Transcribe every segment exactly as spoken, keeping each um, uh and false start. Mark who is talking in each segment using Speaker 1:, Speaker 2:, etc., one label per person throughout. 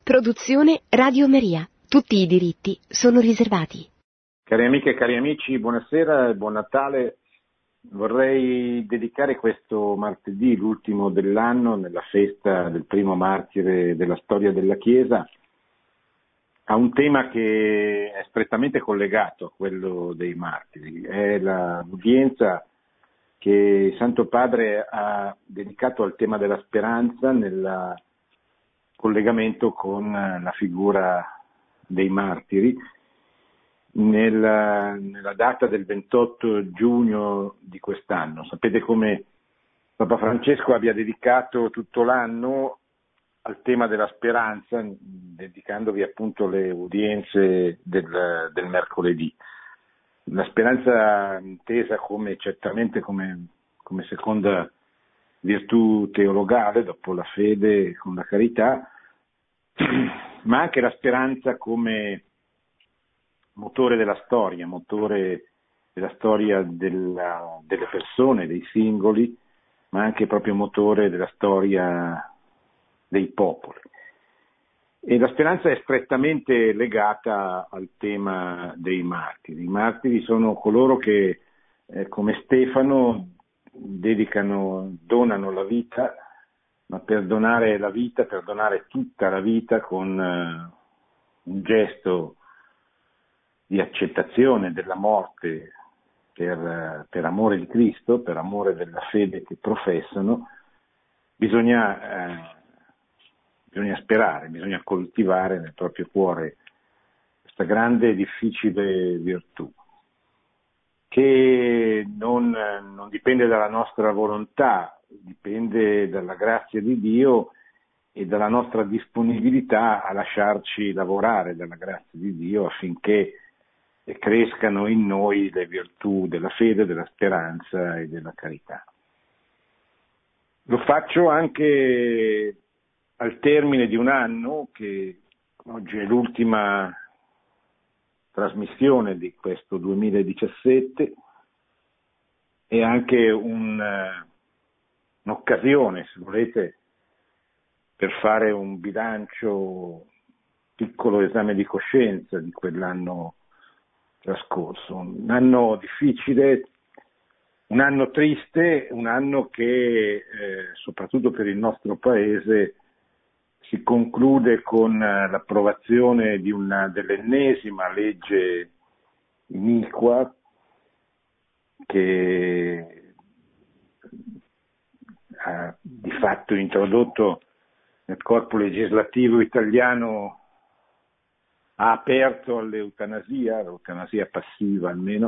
Speaker 1: Produzione Radio Maria. Tutti i diritti sono riservati.
Speaker 2: Cari amiche e cari amici, buonasera e buon Natale. Vorrei dedicare questo martedì, l'ultimo dell'anno, nella festa del primo martire della storia della Chiesa, a un tema che è strettamente collegato a quello dei martiri. È l'udienza che il Santo Padre ha dedicato al tema della speranza nel collegamento con la figura dei martiri nella, nella data del ventotto giugno di quest'anno. Sapete come Papa Francesco abbia dedicato tutto l'anno al tema della speranza, dedicandovi appunto le udienze del, del mercoledì. La speranza intesa come certamente come, come seconda virtù teologale, dopo la fede con la carità, ma anche la speranza come motore della storia, motore della storia della, delle persone, dei singoli, ma anche proprio motore della storia dei popoli. E la speranza è strettamente legata al tema dei martiri. I martiri sono coloro che, eh, come Stefano, dedicano, donano la vita, ma per donare la vita, per donare tutta la vita con uh, un gesto di accettazione della morte per, uh, per amore di Cristo, per amore della fede che professano, bisogna, uh, bisogna sperare, bisogna coltivare nel proprio cuore questa grande e difficile virtù, che non, non dipende dalla nostra volontà, dipende dalla grazia di Dio e dalla nostra disponibilità a lasciarci lavorare dalla grazia di Dio affinché crescano in noi le virtù della fede, della speranza e della carità. Lo faccio anche al termine di un anno, che oggi è l'ultima trasmissione di questo duemiladiciassette, è anche un, un'occasione, se volete, per fare un bilancio, piccolo esame di coscienza di quell'anno trascorso. Un anno difficile, un anno triste, un anno che, eh, soprattutto per il nostro Paese, si conclude con l'approvazione di una dell'ennesima legge iniqua che ha di fatto introdotto nel corpo legislativo italiano, ha aperto all'eutanasia, l'eutanasia passiva almeno,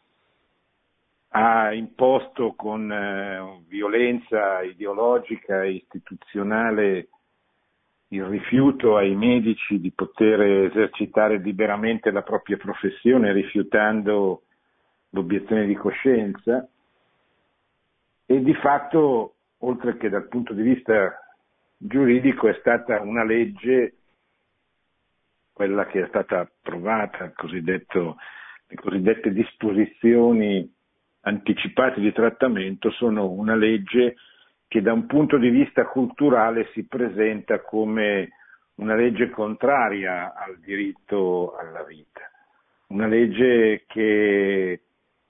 Speaker 2: ha imposto con eh, violenza ideologica e istituzionale il rifiuto ai medici di poter esercitare liberamente la propria professione, rifiutando l'obiezione di coscienza, e di fatto, oltre che dal punto di vista giuridico, è stata una legge, quella che è stata approvata, il cosiddetto, le cosiddette disposizioni anticipate di trattamento, sono una legge che da un punto di vista culturale si presenta come una legge contraria al diritto alla vita, una legge che,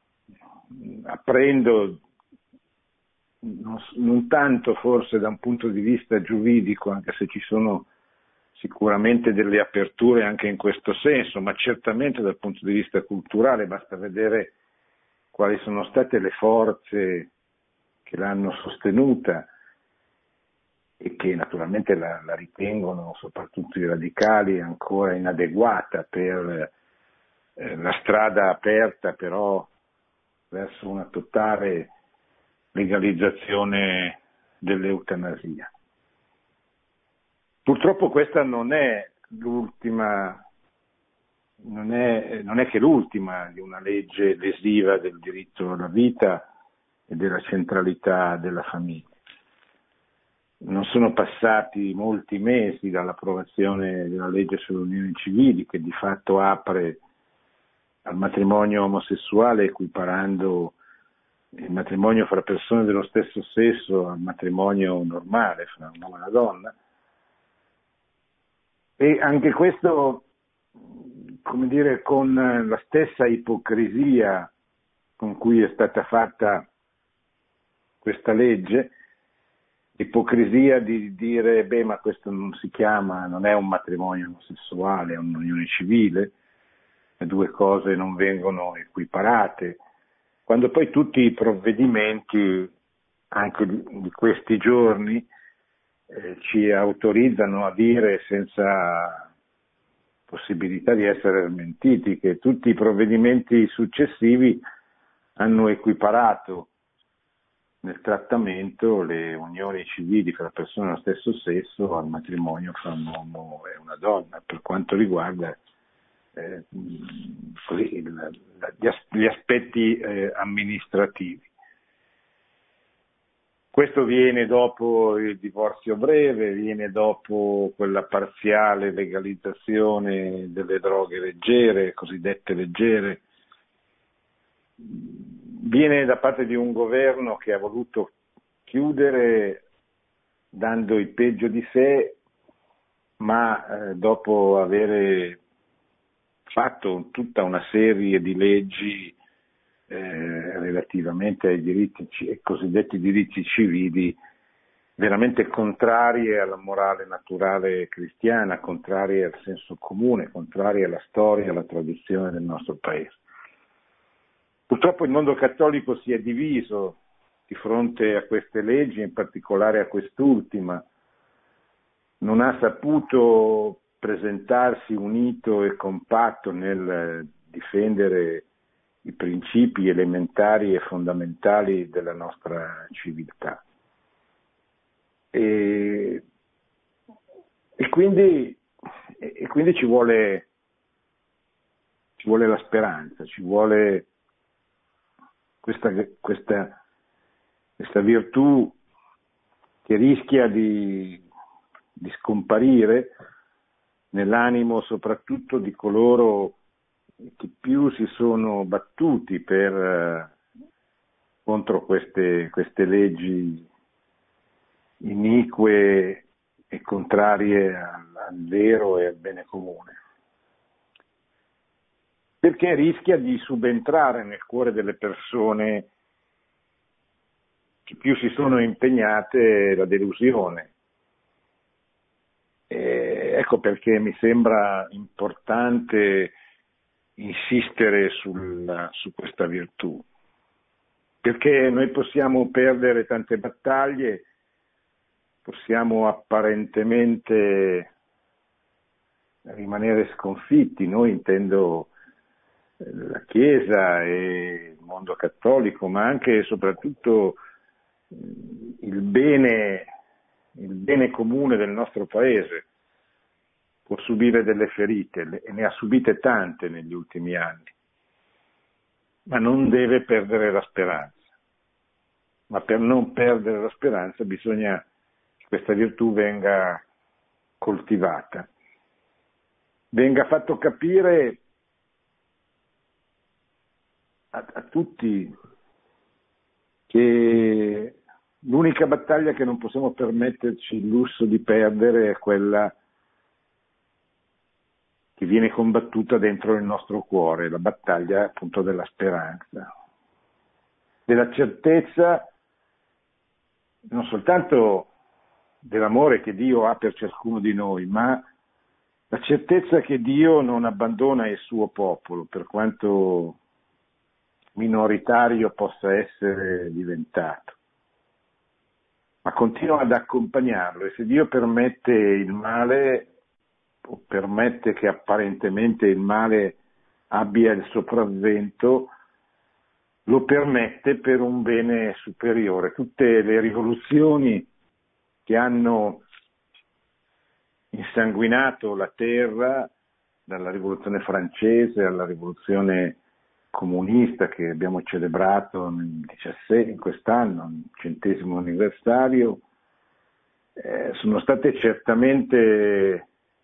Speaker 2: apprendo non, non tanto forse da un punto di vista giuridico, anche se ci sono sicuramente delle aperture anche in questo senso, ma certamente dal punto di vista culturale, basta vedere quali sono state le forze che l'hanno sostenuta e che naturalmente la, la ritengono, soprattutto i radicali, ancora inadeguata per eh, la strada aperta però verso una totale legalizzazione dell'eutanasia. Purtroppo questa non è l'ultima, non è, non è che l'ultima di una legge lesiva del diritto alla vita e della centralità della famiglia. Non sono passati molti mesi dall'approvazione della legge sulle unioni civili, che di fatto apre al matrimonio omosessuale, equiparando il matrimonio fra persone dello stesso sesso al matrimonio normale fra un uomo e una donna. E anche questo, come dire, con la stessa ipocrisia con cui è stata fatta questa legge, ipocrisia di dire, beh, ma questo non si chiama, non è un matrimonio omosessuale, è un'unione civile, le due cose non vengono equiparate, quando poi tutti i provvedimenti, anche di, di questi giorni, eh, ci autorizzano a dire senza possibilità di essere smentiti che tutti i provvedimenti successivi hanno equiparato nel trattamento le unioni civili fra persone dello stesso sesso al matrimonio fra un uomo e una donna, per quanto riguarda eh, così, il, la, gli, as- gli aspetti eh, amministrativi. Questo viene dopo il divorzio breve, viene dopo quella parziale legalizzazione delle droghe leggere, cosiddette leggere, viene da parte di un governo che ha voluto chiudere dando il peggio di sé, ma eh, dopo aver fatto tutta una serie di leggi eh, relativamente ai diritti, ai cosiddetti diritti civili, veramente contrarie alla morale naturale cristiana, contrarie al senso comune, contrarie alla storia, alla tradizione del nostro paese. Purtroppo il mondo cattolico si è diviso di fronte a queste leggi, in particolare a quest'ultima. Non ha saputo presentarsi unito e compatto nel difendere i principi elementari e fondamentali della nostra civiltà. E, e, quindi, e quindi ci vuole, ci vuole la speranza, ci vuole Questa, questa, questa virtù che rischia di, di scomparire nell'animo soprattutto di coloro che più si sono battuti per, contro queste, queste leggi inique e contrarie al, al vero e al bene comune. Perché rischia di subentrare nel cuore delle persone che più si sono impegnate la delusione. E ecco perché mi sembra importante insistere sulla, su questa virtù, perché noi possiamo perdere tante battaglie, possiamo apparentemente rimanere sconfitti, noi intendo la Chiesa e il mondo cattolico, ma anche e soprattutto il bene, il bene comune del nostro paese può subire delle ferite, e ne ha subite tante negli ultimi anni, ma non deve perdere la speranza. Ma per non perdere la speranza bisogna che questa virtù venga coltivata, venga fatto capire A, a tutti che l'unica battaglia che non possiamo permetterci il lusso di perdere è quella che viene combattuta dentro il nostro cuore, la battaglia appunto della speranza, della certezza non soltanto dell'amore che Dio ha per ciascuno di noi, ma la certezza che Dio non abbandona il suo popolo, per quanto minoritario possa essere diventato, ma continua ad accompagnarlo, e se Dio permette il male o permette che apparentemente il male abbia il sopravvento, lo permette per un bene superiore. Tutte le rivoluzioni che hanno insanguinato la terra, dalla rivoluzione francese alla rivoluzione comunista che abbiamo celebrato nel diciassette, in quest'anno, il centesimo anniversario, eh, sono state certamente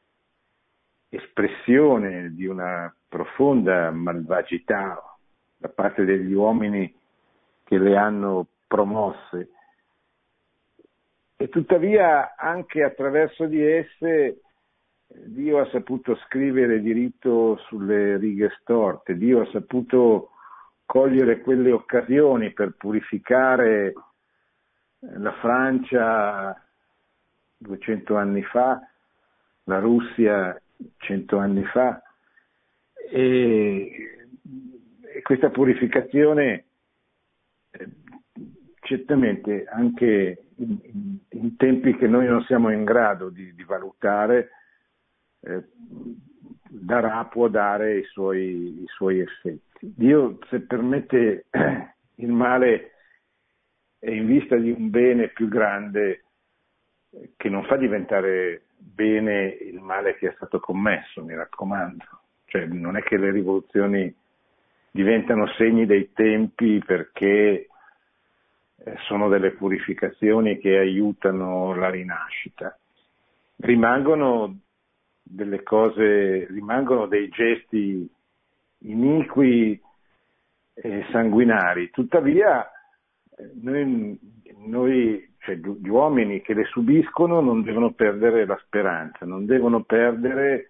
Speaker 2: espressione di una profonda malvagità da parte degli uomini che le hanno promosse, e tuttavia anche attraverso di esse Dio ha saputo scrivere diritto sulle righe storte, Dio ha saputo cogliere quelle occasioni per purificare la Francia duecento anni fa, la Russia cento anni fa, e, e questa purificazione eh, certamente anche in, in, in tempi che noi non siamo in grado di, di valutare eh, darà, può dare i suoi, i suoi effetti. Dio, se permette il male, è in vista di un bene più grande che non fa diventare bene il male che è stato commesso, mi raccomando. Cioè, non è che le rivoluzioni diventano segni dei tempi perché sono delle purificazioni che aiutano la rinascita. Rimangono delle cose, rimangono dei gesti iniqui e sanguinari. Tuttavia, noi, noi cioè gli uomini che le subiscono non devono perdere la speranza, non devono perdere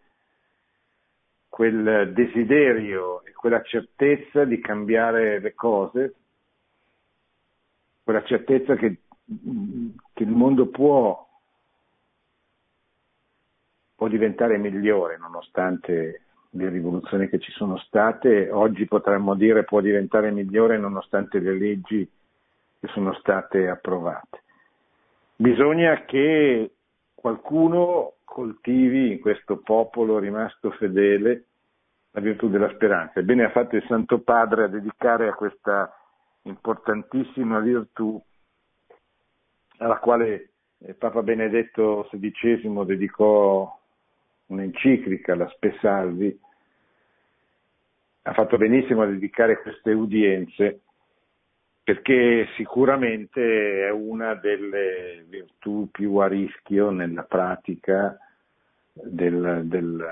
Speaker 2: quel desiderio e quella certezza di cambiare le cose, quella certezza che, che il mondo può, può diventare migliore nonostante le rivoluzioni che ci sono state. Oggi potremmo dire può diventare migliore nonostante le leggi che sono state approvate. Bisogna che qualcuno coltivi in questo popolo rimasto fedele la virtù della speranza. Ebbene ha fatto il Santo Padre a dedicare a questa importantissima virtù, alla quale Papa Benedetto sedicesimo dedicò un'enciclica, la Spe Salvi. Ha fatto benissimo a dedicare queste udienze, perché sicuramente è una delle virtù più a rischio nella pratica del, del,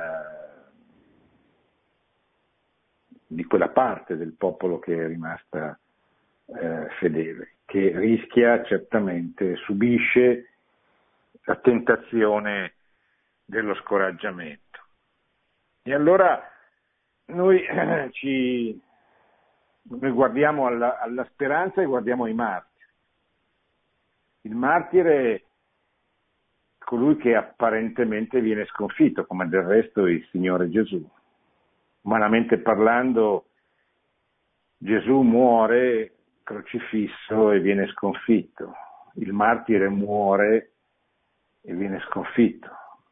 Speaker 2: di quella parte del popolo che è rimasta eh, fedele, che rischia certamente, subisce la tentazione dello scoraggiamento. E allora noi eh, ci Noi guardiamo alla, alla speranza e guardiamo ai martiri. Il martire è colui che apparentemente viene sconfitto, come del resto il Signore Gesù. Umanamente parlando, Gesù muore crocifisso e viene sconfitto. Il martire muore e viene sconfitto.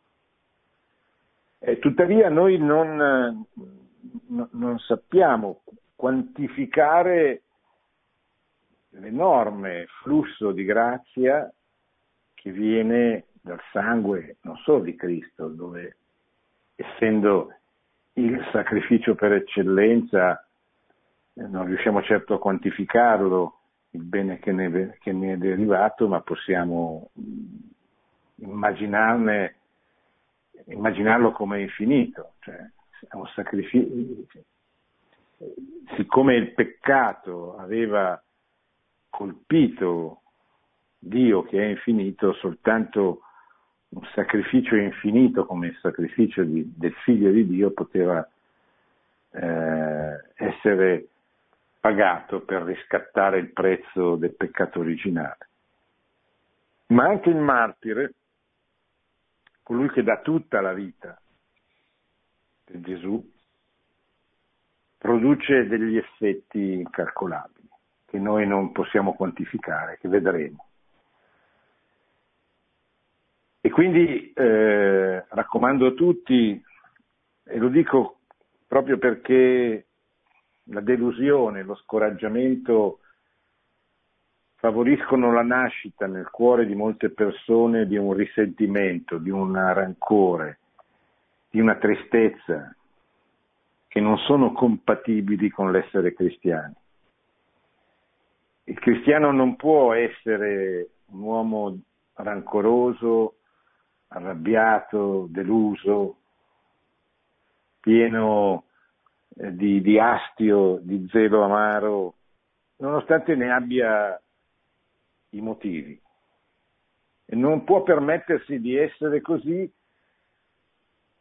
Speaker 2: E tuttavia noi non, non sappiamo quantificare l'enorme flusso di grazia che viene dal sangue non solo di Cristo, dove essendo il sacrificio per eccellenza non riusciamo certo a quantificarlo, il bene che ne, che ne è derivato, ma possiamo immaginarne, immaginarlo come infinito, cioè è un sacrificio. Siccome il peccato aveva colpito Dio che è infinito, soltanto un sacrificio infinito come il sacrificio di, del Figlio di Dio poteva eh, essere pagato per riscattare il prezzo del peccato originale. Ma anche il martire, colui che dà tutta la vita per Gesù, produce degli effetti incalcolabili che noi non possiamo quantificare, che vedremo. E quindi eh, raccomando a tutti, e lo dico proprio perché la delusione, lo scoraggiamento favoriscono la nascita nel cuore di molte persone di un risentimento, di un rancore, di una tristezza, che non sono compatibili con l'essere cristiani. Il cristiano non può essere un uomo rancoroso, arrabbiato, deluso, pieno eh, di, di astio, di zelo amaro, nonostante ne abbia i motivi. E non può permettersi di essere così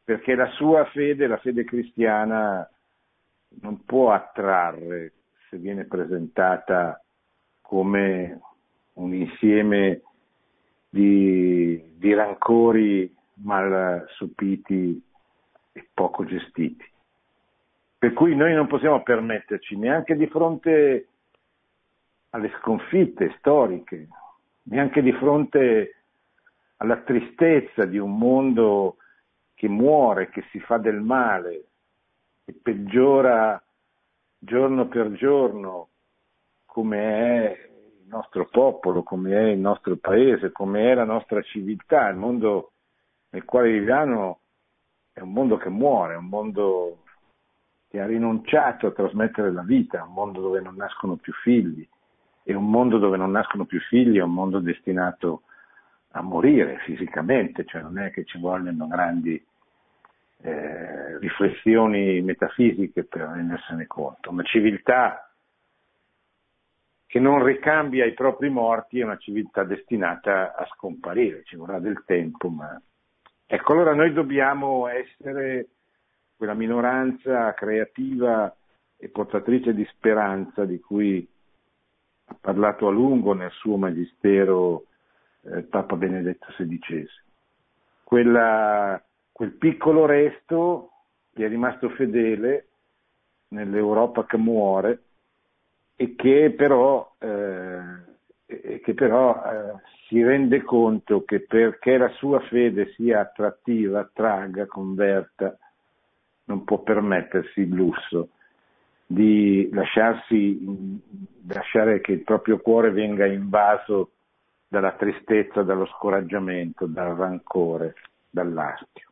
Speaker 2: perché la sua fede, la fede cristiana, non può attrarre se viene presentata come un insieme di, di rancori mal sopiti e poco gestiti. Per cui noi non possiamo permetterci, neanche di fronte alle sconfitte storiche, neanche di fronte alla tristezza di un mondo che muore, che si fa del male, che peggiora giorno per giorno, come è il nostro popolo, come è il nostro paese, come è la nostra civiltà. Il mondo nel quale viviamo è un mondo che muore, è un mondo che ha rinunciato a trasmettere la vita, è un mondo dove non nascono più figli, e un mondo dove non nascono più figli è un mondo destinato a morire fisicamente, cioè non è che ci vogliono grandi eh, riflessioni metafisiche per rendersene conto. Una civiltà che non ricambia i propri morti è una civiltà destinata a scomparire, ci vorrà del tempo, ma ecco, allora noi dobbiamo essere quella minoranza creativa e portatrice di speranza di cui ha parlato a lungo nel suo magistero eh, Papa Benedetto sedicesimo. Quella, quel piccolo resto che è rimasto fedele nell'Europa che muore e che però, eh, e che però eh, si rende conto che perché la sua fede sia attrattiva, attragga, converta, non può permettersi il lusso di lasciarsi, lasciare che il proprio cuore venga invaso dalla tristezza, dallo scoraggiamento, dal rancore, dall'astio.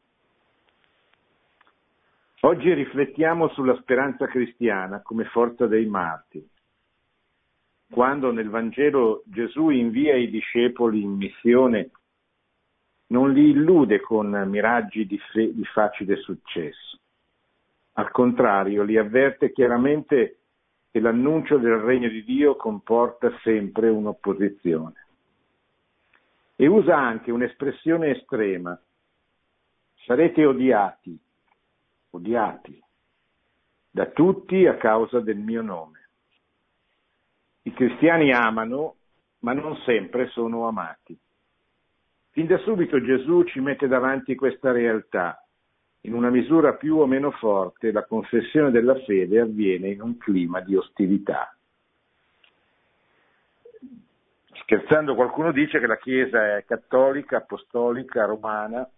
Speaker 2: Oggi riflettiamo sulla speranza cristiana come forza dei martiri. Quando nel Vangelo Gesù invia i discepoli in missione, non li illude con miraggi di, fe- di facile successo. Al contrario, li avverte chiaramente che l'annuncio del regno di Dio comporta sempre un'opposizione. E usa anche un'espressione estrema: sarete odiati, odiati da tutti a causa del mio nome. I cristiani amano, ma non sempre sono amati. Fin da subito Gesù ci mette davanti questa realtà. In una misura più o meno forte, la confessione della fede avviene in un clima di ostilità. Scherzando, qualcuno dice che la Chiesa è cattolica, apostolica, romana,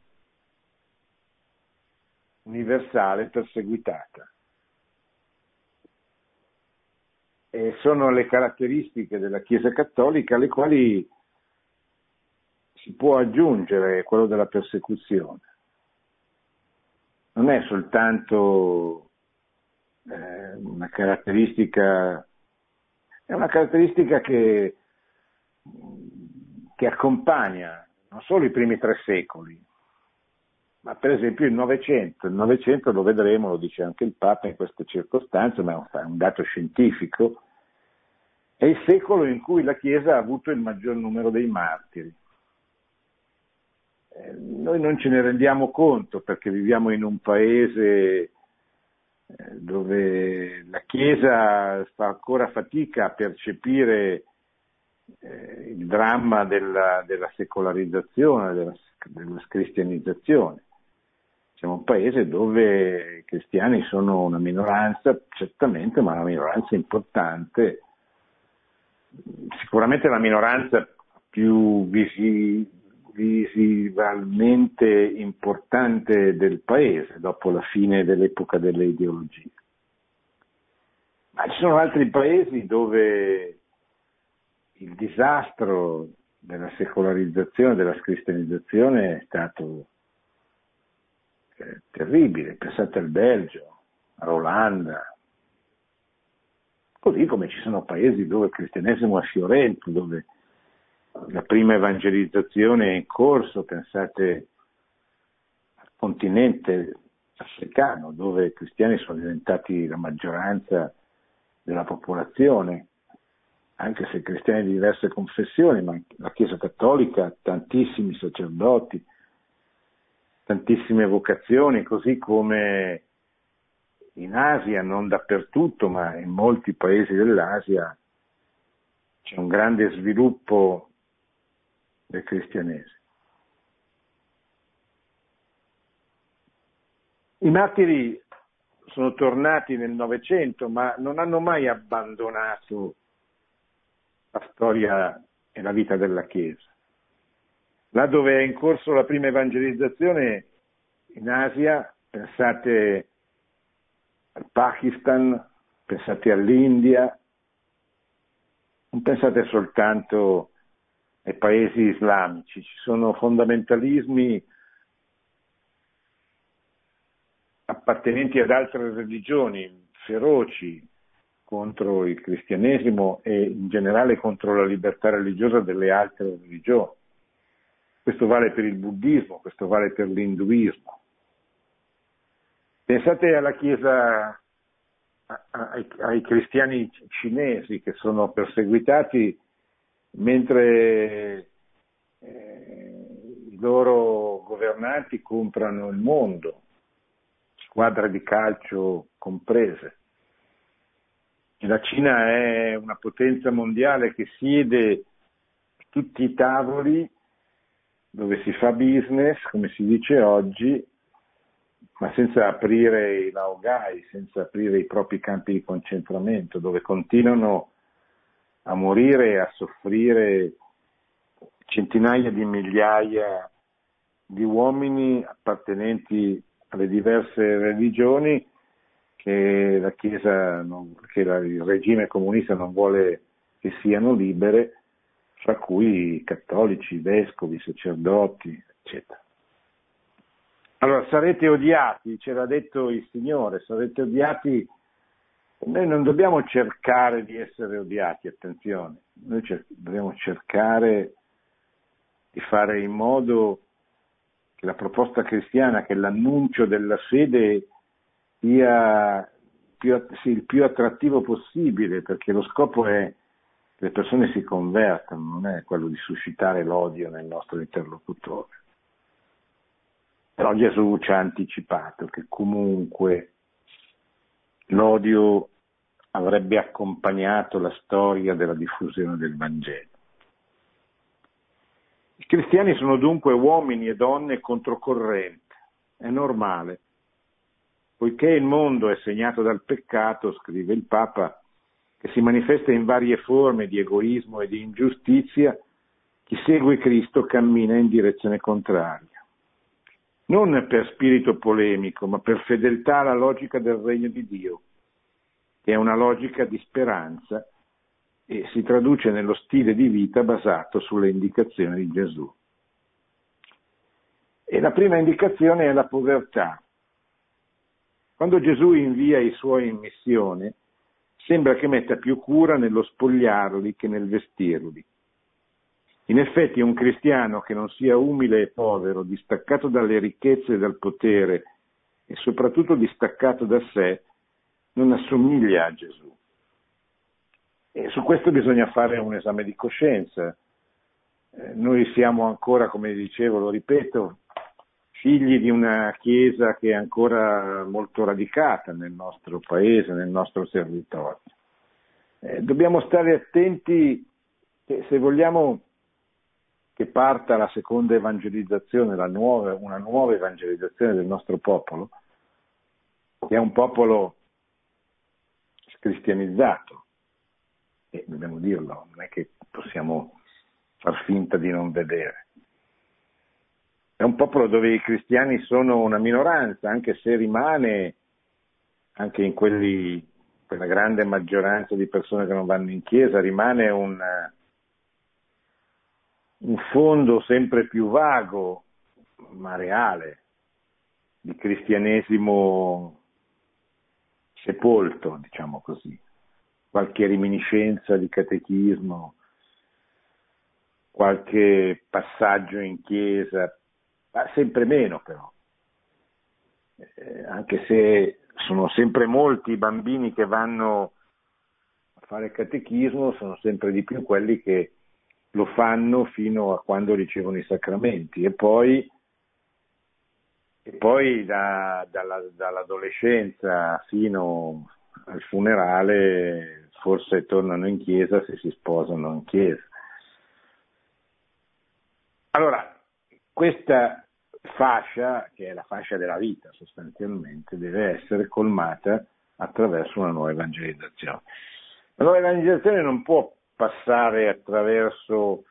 Speaker 2: universale, perseguitata. E sono le caratteristiche della Chiesa cattolica alle quali si può aggiungere quello della persecuzione. Non è soltanto eh, una caratteristica, è una caratteristica che, che accompagna non solo i primi tre secoli, ma per esempio il Novecento. Il Novecento, lo vedremo, lo dice anche il Papa in queste circostanze, ma è un dato scientifico, è il secolo in cui la Chiesa ha avuto il maggior numero dei martiri. Eh, noi non ce ne rendiamo conto perché viviamo in un paese eh, dove la Chiesa fa ancora fatica a percepire eh, il dramma della, della secolarizzazione, della, della cristianizzazione. Siamo un paese dove i cristiani sono una minoranza, certamente, ma una minoranza importante, sicuramente la minoranza più visi, visibilmente importante del paese dopo la fine dell'epoca delle ideologie. Ma ci sono altri paesi dove il disastro della secolarizzazione, della cristianizzazione è stato eh, terribile. Pensate al Belgio, all'Olanda, così come ci sono paesi dove il cristianesimo è fiorente, dove la prima evangelizzazione è in corso. Pensate al continente africano, dove i cristiani sono diventati la maggioranza della popolazione, anche se cristiani di diverse confessioni, ma la Chiesa cattolica ha tantissimi sacerdoti, tantissime vocazioni, così come in Asia, non dappertutto, ma in molti paesi dell'Asia c'è un grande sviluppo del cristianesimo. I martiri sono tornati nel Novecento, ma non hanno mai abbandonato la storia e la vita della Chiesa. Là dove è in corso la prima evangelizzazione, in Asia, pensate al Pakistan, pensate all'India, non pensate soltanto ai paesi islamici, ci sono fondamentalismi appartenenti ad altre religioni, feroci contro il cristianesimo e in generale contro la libertà religiosa delle altre religioni. Questo vale per il buddismo, questo vale per l'induismo. Pensate alla Chiesa, ai, ai cristiani cinesi che sono perseguitati mentre eh, i loro governanti comprano il mondo, squadre di calcio comprese. E la Cina è una potenza mondiale che siede a tutti i tavoli dove si fa business, come si dice oggi, ma senza aprire i laogai, senza aprire i propri campi di concentramento, dove continuano a morire e a soffrire centinaia di migliaia di uomini appartenenti alle diverse religioni che la Chiesa, non, che la, il regime comunista non vuole che siano libere, fra cui cattolici, vescovi, sacerdoti, eccetera. Allora, sarete odiati, ce l'ha detto il Signore, sarete odiati. Noi non dobbiamo cercare di essere odiati, attenzione, noi cer- dobbiamo cercare di fare in modo che la proposta cristiana, che l'annuncio della fede sia più, sia il più attrattivo possibile, perché lo scopo è che le persone si convertano, non è quello di suscitare l'odio nel nostro interlocutore. Però Gesù ci ha anticipato che comunque l'odio avrebbe accompagnato la storia della diffusione del Vangelo. I cristiani sono dunque uomini e donne controcorrente, è normale. Poiché il mondo è segnato dal peccato, scrive il Papa, che si manifesta in varie forme di egoismo e di ingiustizia, chi segue Cristo cammina in direzione contraria. Non per spirito polemico, ma per fedeltà alla logica del regno di Dio, che è una logica di speranza e si traduce nello stile di vita basato sulle indicazioni di Gesù. E la prima indicazione è la povertà. Quando Gesù invia i suoi in missione, sembra che metta più cura nello spogliarli che nel vestirli. In effetti un cristiano che non sia umile e povero, distaccato dalle ricchezze e dal potere e soprattutto distaccato da sé, non assomiglia a Gesù. E su questo bisogna fare un esame di coscienza. Eh, noi siamo ancora, come dicevo, lo ripeto, figli di una Chiesa che è ancora molto radicata nel nostro paese, nel nostro territorio. Eh, dobbiamo stare attenti che se vogliamo che parta la seconda evangelizzazione, la nuova, una nuova evangelizzazione del nostro popolo, che è un popolo cristianizzato, e dobbiamo dirlo, non è che possiamo far finta di non vedere. È un popolo dove i cristiani sono una minoranza, anche se rimane, anche in quelli, quella grande maggioranza di persone che non vanno in chiesa, rimane un, un fondo sempre più vago, ma reale, di cristianesimo sepolto, diciamo così. Qualche reminiscenza di catechismo, qualche passaggio in chiesa, ma sempre meno però, eh, anche se sono sempre molti i bambini che vanno a fare catechismo, sono sempre di più quelli che lo fanno fino a quando ricevono i sacramenti e poi e poi da, dalla, dall'adolescenza fino al funerale forse tornano in chiesa se si sposano in chiesa. Allora, questa fascia, che è la fascia della vita sostanzialmente, deve essere colmata attraverso una nuova evangelizzazione. La nuova evangelizzazione non può passare attraverso,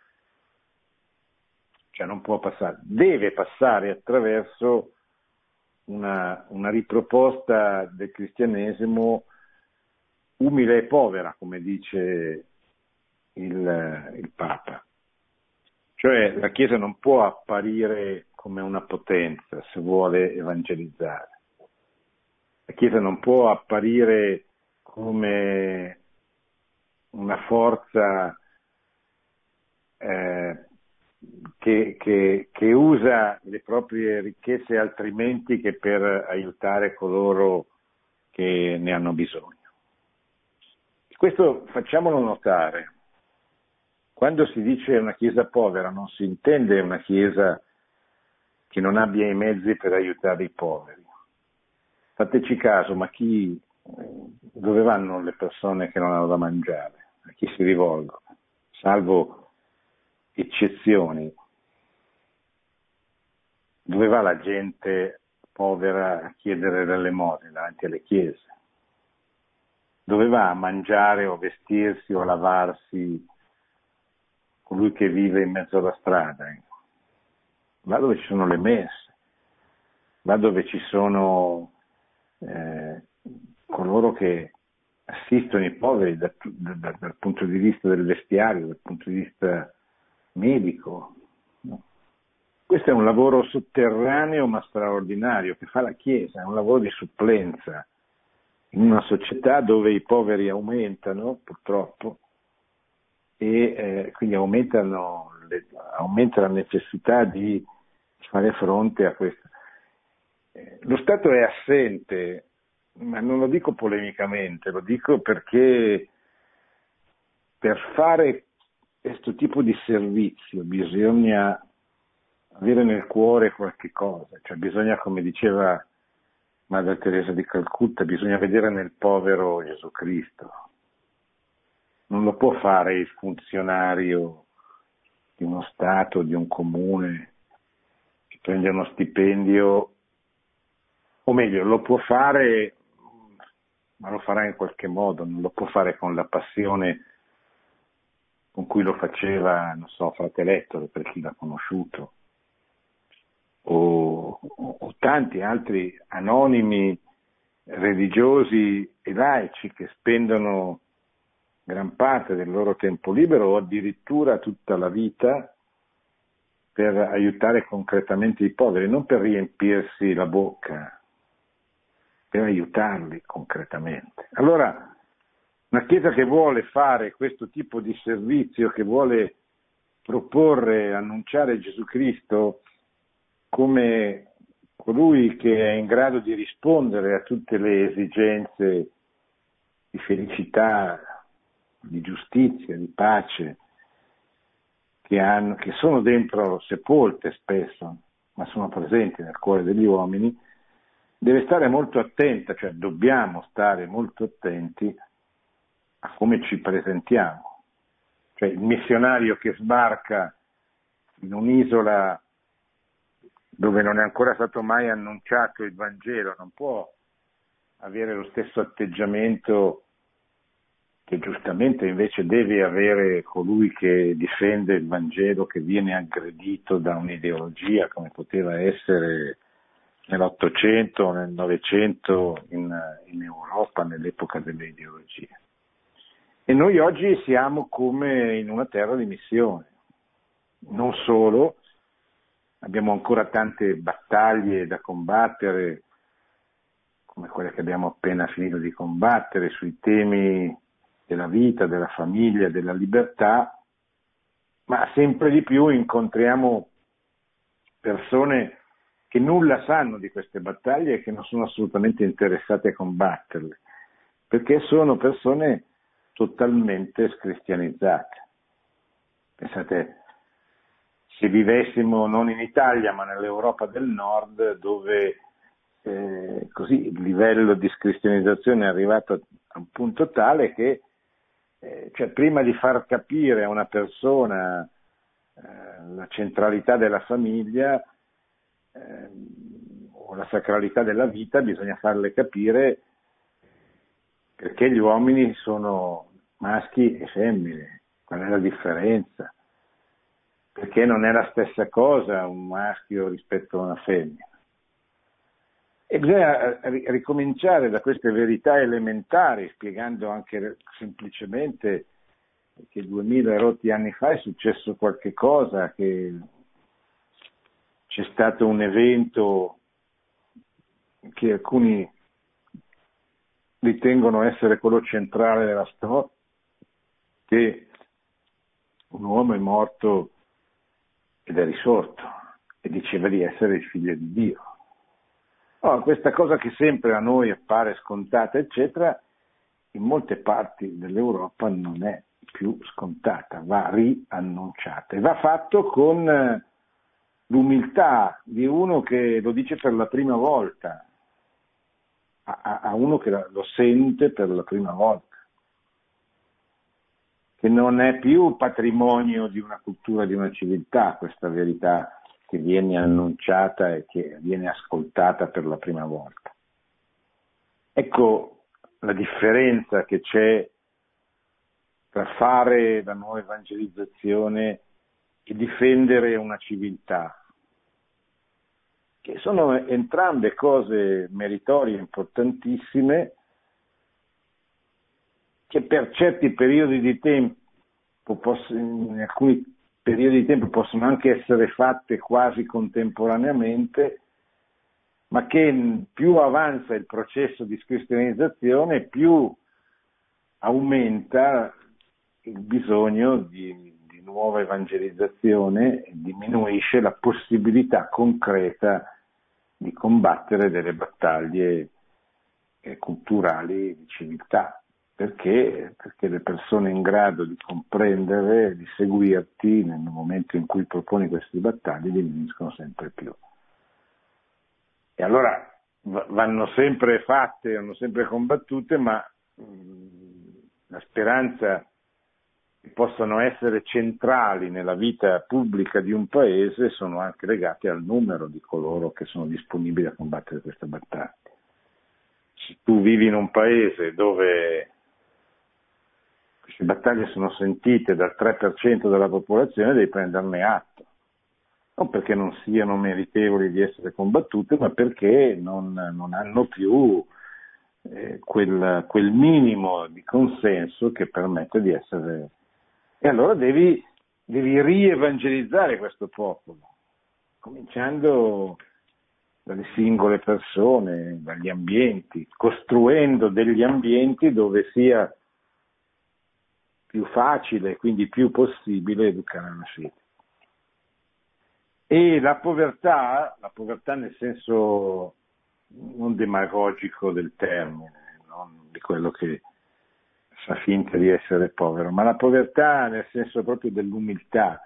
Speaker 2: cioè non può passare, deve passare attraverso una, una riproposta del cristianesimo umile e povera, come dice il, il Papa. Cioè la Chiesa non può apparire come una potenza se vuole evangelizzare. La Chiesa non può apparire come una forza eh, che, che, che usa le proprie ricchezze altrimenti che per aiutare coloro che ne hanno bisogno. Questo facciamolo notare. Quando si dice una Chiesa povera non si intende una Chiesa che non abbia i mezzi per aiutare i poveri. Fateci caso, ma chi, dove vanno le persone che non hanno da mangiare? A chi si rivolgono? Salvo eccezioni. Dove va la gente povera a chiedere l'elemosina davanti alle chiese? Dove va a mangiare o vestirsi o a lavarsi colui che vive in mezzo alla strada? Va dove ci sono le messe, va dove ci sono eh, coloro che assistono i poveri da, da, da, dal punto di vista del vestiario, dal punto di vista medico. No? Questo è un lavoro sotterraneo ma straordinario che fa la Chiesa, è un lavoro di supplenza in una società dove i poveri aumentano purtroppo e eh, quindi aumentano le, aumenta la necessità di fare fronte a questo. Eh, lo Stato è assente, ma non lo dico polemicamente, lo dico perché per fare questo tipo di servizio bisogna avere nel cuore qualche cosa, cioè bisogna, come diceva Madre Teresa di Calcutta, bisogna vedere nel povero Gesù Cristo. Non lo può fare il funzionario di uno Stato, di un comune, che prende uno stipendio, o meglio, lo può fare, ma lo farà in qualche modo, non lo può fare con la passione con cui lo faceva, non so, Frate Ettore, per chi l'ha conosciuto, o, o, o tanti altri anonimi religiosi e laici che spendono gran parte del loro tempo libero o addirittura tutta la vita per aiutare concretamente i poveri, non per riempirsi la bocca, per aiutarli concretamente. Allora, una Chiesa che vuole fare questo tipo di servizio, che vuole proporre, annunciare Gesù Cristo come colui che è in grado di rispondere a tutte le esigenze di felicità, di giustizia, di pace, che, hanno, che sono dentro sepolte spesso, ma sono presenti nel cuore degli uomini, deve stare molto attenta, cioè dobbiamo stare molto attenti a come ci presentiamo. Cioè il missionario che sbarca in un'isola dove non è ancora stato mai annunciato il Vangelo non può avere lo stesso atteggiamento che giustamente invece deve avere colui che difende il Vangelo, che viene aggredito da un'ideologia come poteva essere nell'Ottocento o nel Novecento in, in Europa, nell'epoca delle ideologie. E noi oggi siamo come in una terra di missione. Non solo, abbiamo ancora tante battaglie da combattere, come quelle che abbiamo appena finito di combattere, sui temi della vita, della famiglia, della libertà, ma sempre di più incontriamo persone che nulla sanno di queste battaglie e che non sono assolutamente interessate a combatterle, perché sono persone totalmente scristianizzate. Pensate, se vivessimo non in Italia ma nell'Europa del Nord, dove eh, così il livello di cristianizzazione è arrivato a un punto tale che eh, cioè, prima di far capire a una persona eh, la centralità della famiglia eh, o la sacralità della vita, bisogna farle capire perché gli uomini sono maschi e femmine, qual è la differenza, perché non è la stessa cosa un maschio rispetto a una femmina. E bisogna ricominciare da queste verità elementari, spiegando anche semplicemente che duemila rotti anni fa è successo qualche cosa, che c'è stato un evento che alcuni ritengono essere quello centrale della storia, che un uomo è morto ed è risorto e diceva di essere il figlio di Dio. Oh, questa cosa che sempre a noi appare scontata, eccetera, in molte parti dell'Europa non è più scontata, va riannunciata e va fatto con l'umiltà di uno che lo dice per la prima volta, a, a uno che lo sente per la prima volta, che non è più patrimonio di una cultura, di una civiltà, questa verità che viene annunciata e che viene ascoltata per la prima volta. Ecco la differenza che c'è tra fare la nuova evangelizzazione e difendere una civiltà, che sono entrambe cose meritorie, importantissime, che per certi periodi di tempo, possono, in alcuni periodi di tempo possono anche essere fatte quasi contemporaneamente, ma che più avanza il processo di cristianizzazione, più aumenta il bisogno di, di nuova evangelizzazione e diminuisce la possibilità concreta di combattere delle battaglie eh, culturali di civiltà. Perché? Perché le persone in grado di comprendere, di seguirti nel momento in cui proponi queste battaglie diminuiscono sempre più. E allora vanno sempre fatte, vanno sempre combattute, ma la speranza che possano essere centrali nella vita pubblica di un paese sono anche legate al numero di coloro che sono disponibili a combattere queste battaglie. Se tu vivi in un paese dove queste battaglie sono sentite dal tre per cento della popolazione, devi prenderne atto. Non perché non siano meritevoli di essere combattute, ma perché non, non hanno più eh, quel, quel minimo di consenso che permette di essere... E allora devi, devi rievangelizzare questo popolo, cominciando dalle singole persone, dagli ambienti, costruendo degli ambienti dove sia più facile, quindi più possibile educare alla fede. E la povertà, la povertà nel senso non demagogico del termine, non di quello che fa finta di essere povero, ma la povertà nel senso proprio dell'umiltà,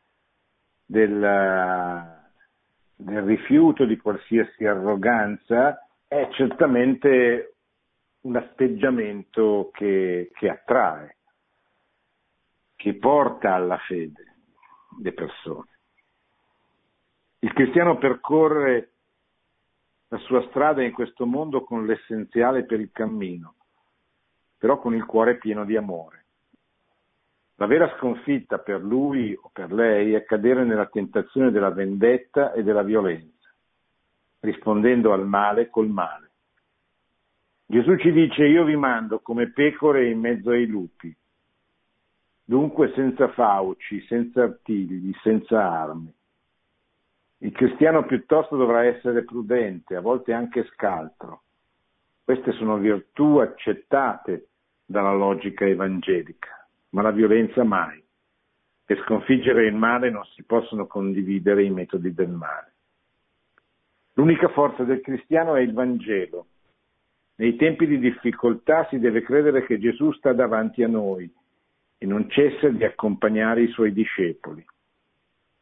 Speaker 2: del, del rifiuto di qualsiasi arroganza, è certamente un atteggiamento che, che attrae, che porta alla fede le persone. Il cristiano percorre la sua strada in questo mondo con l'essenziale per il cammino, però con il cuore pieno di amore. La vera sconfitta per lui o per lei è cadere nella tentazione della vendetta e della violenza, rispondendo al male col male. Gesù ci dice: io vi mando come pecore in mezzo ai lupi, dunque senza fauci, senza artigli, senza armi. Il cristiano piuttosto dovrà essere prudente, a volte anche scaltro. Queste sono virtù accettate dalla logica evangelica, ma la violenza mai. Per sconfiggere il male non si possono condividere i metodi del male. L'unica forza del cristiano è il Vangelo. Nei tempi di difficoltà si deve credere che Gesù sta davanti a noi e non cessa di accompagnare i suoi discepoli.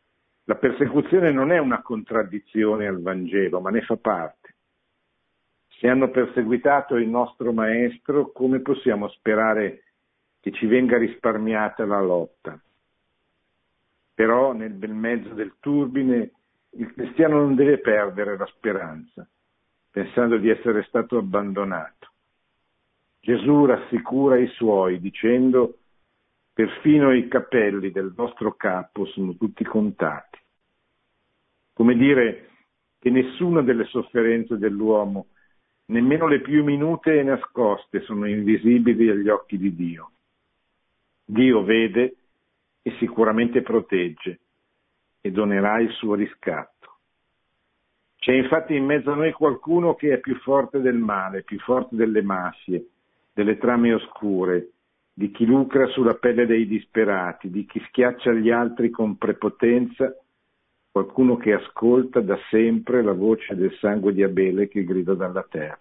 Speaker 2: La persecuzione non è una contraddizione al Vangelo, ma ne fa parte. Se hanno perseguitato il nostro Maestro, come possiamo sperare che ci venga risparmiata la lotta? Però nel bel mezzo del turbine il cristiano non deve perdere la speranza, pensando di essere stato abbandonato. Gesù rassicura i suoi dicendo: perfino i capelli del vostro capo sono tutti contati. Come dire che nessuna delle sofferenze dell'uomo, nemmeno le più minute e nascoste, sono invisibili agli occhi di Dio. Dio vede e sicuramente protegge e donerà il suo riscatto. C'è infatti in mezzo a noi qualcuno che è più forte del male, più forte delle mafie, delle trame oscure, di chi lucra sulla pelle dei disperati, di chi schiaccia gli altri con prepotenza, qualcuno che ascolta da sempre la voce del sangue di Abele che grida dalla terra.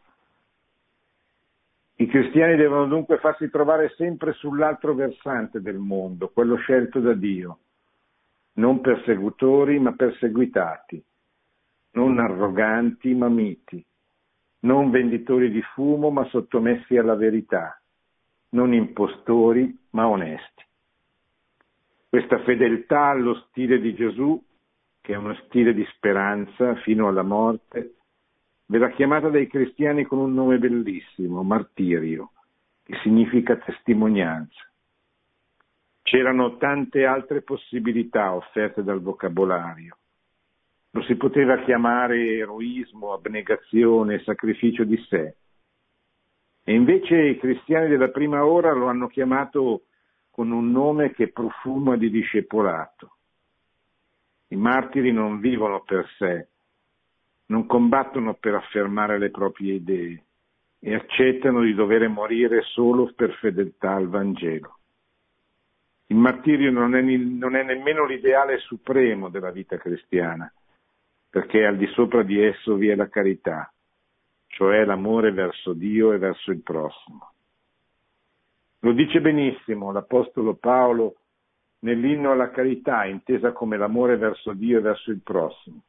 Speaker 2: I cristiani devono dunque farsi trovare sempre sull'altro versante del mondo, quello scelto da Dio, non persecutori ma perseguitati, non arroganti ma miti, non venditori di fumo ma sottomessi alla verità, non impostori ma onesti. Questa fedeltà allo stile di Gesù, che è uno stile di speranza fino alla morte, verrà chiamata dai cristiani con un nome bellissimo, martirio, che significa testimonianza. C'erano tante altre possibilità offerte dal vocabolario. Lo si poteva chiamare eroismo, abnegazione, sacrificio di sé. E invece i cristiani della prima ora lo hanno chiamato con un nome che profuma di discepolato. I martiri non vivono per sé, non combattono per affermare le proprie idee e accettano di dover morire solo per fedeltà al Vangelo. Il martirio non è, non è nemmeno l'ideale supremo della vita cristiana, perché al di sopra di esso vi è la carità, cioè l'amore verso Dio e verso il prossimo. Lo dice benissimo l'Apostolo Paolo nell'inno alla carità, intesa come l'amore verso Dio e verso il prossimo.